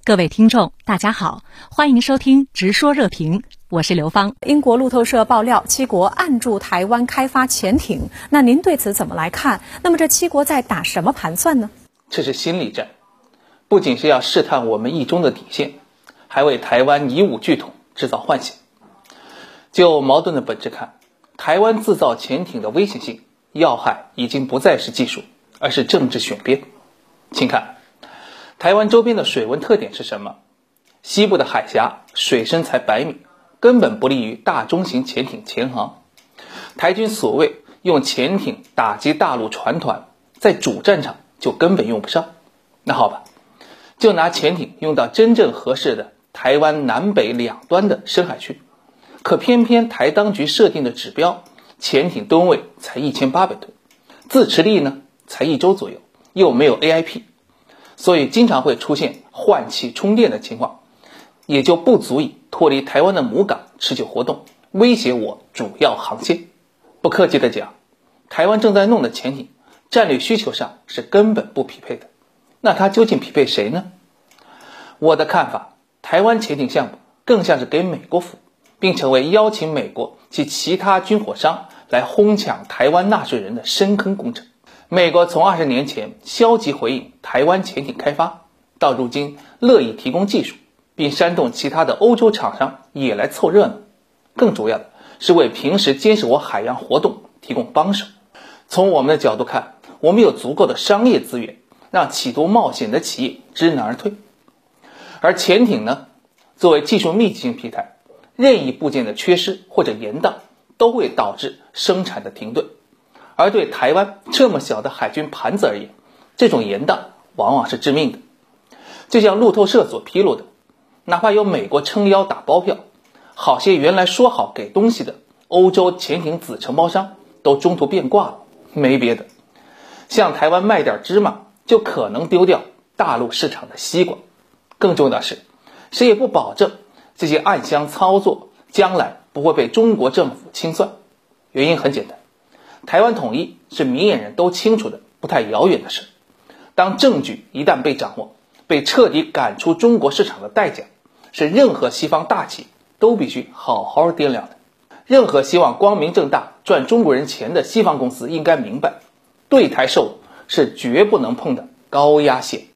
各位听众，大家好，欢迎收听直说热评，我是刘芳。 英国路透社爆料，七国暗助台湾开发潜艇，那您对此怎么来看？那么这七国在打什么盘算呢？ 这是心理战，不仅是要试探我们意中的底线，还为台湾以武拒统制造幻想。就矛盾的本质看，台湾自造潜艇的危险性要害已经不再是技术，而是政治选边。请看台湾周边的水文特点是什么？西部的海峡水深才100米，根本不利于大中型潜艇潜航。台军所谓用潜艇打击大陆船团，在主战场就根本用不上。那好吧，就拿潜艇用到真正合适的台湾南北两端的深海区，可偏偏台当局设定的指标，潜艇吨位才1800吨，自持力呢才1周左右，又没有 AIP，所以经常会出现换气充电的情况，也就不足以脱离台湾的母港持久活动，威胁我主要航线。不客气的讲，台湾正在弄的潜艇战略需求上是根本不匹配的。那它究竟匹配谁呢？我的看法，台湾潜艇项目更像是给美国服务，并成为邀请美国及其他军火商来哄抢台湾纳税人的深坑工程。美国从20年前消极回应台湾潜艇开发，到如今乐意提供技术，并煽动其他的欧洲厂商也来凑热闹。更主要的是为平时监视我海洋活动提供帮手。从我们的角度看，我们有足够的商业资源，让企图冒险的企业知难而退。而潜艇呢，作为技术密集型平台，任意部件的缺失或者延宕，都会导致生产的停顿。而对台湾这么小的海军盘子而言，这种延宕往往是致命的。就像路透社所披露的，哪怕有美国撑腰打包票，好些原来说好给东西的欧洲潜艇子承包商都中途变卦了。没别的，向台湾卖点芝麻，就可能丢掉大陆市场的西瓜。更重要的是，谁也不保证这些暗箱操作将来不会被中国政府清算。原因很简单，台湾统一是明眼人都清楚的不太遥远的事。当证据一旦被掌握，被彻底赶出中国市场的代价，是任何西方大企都必须好好掂量的。任何希望光明正大赚中国人钱的西方公司应该明白，对台售是绝不能碰的高压线。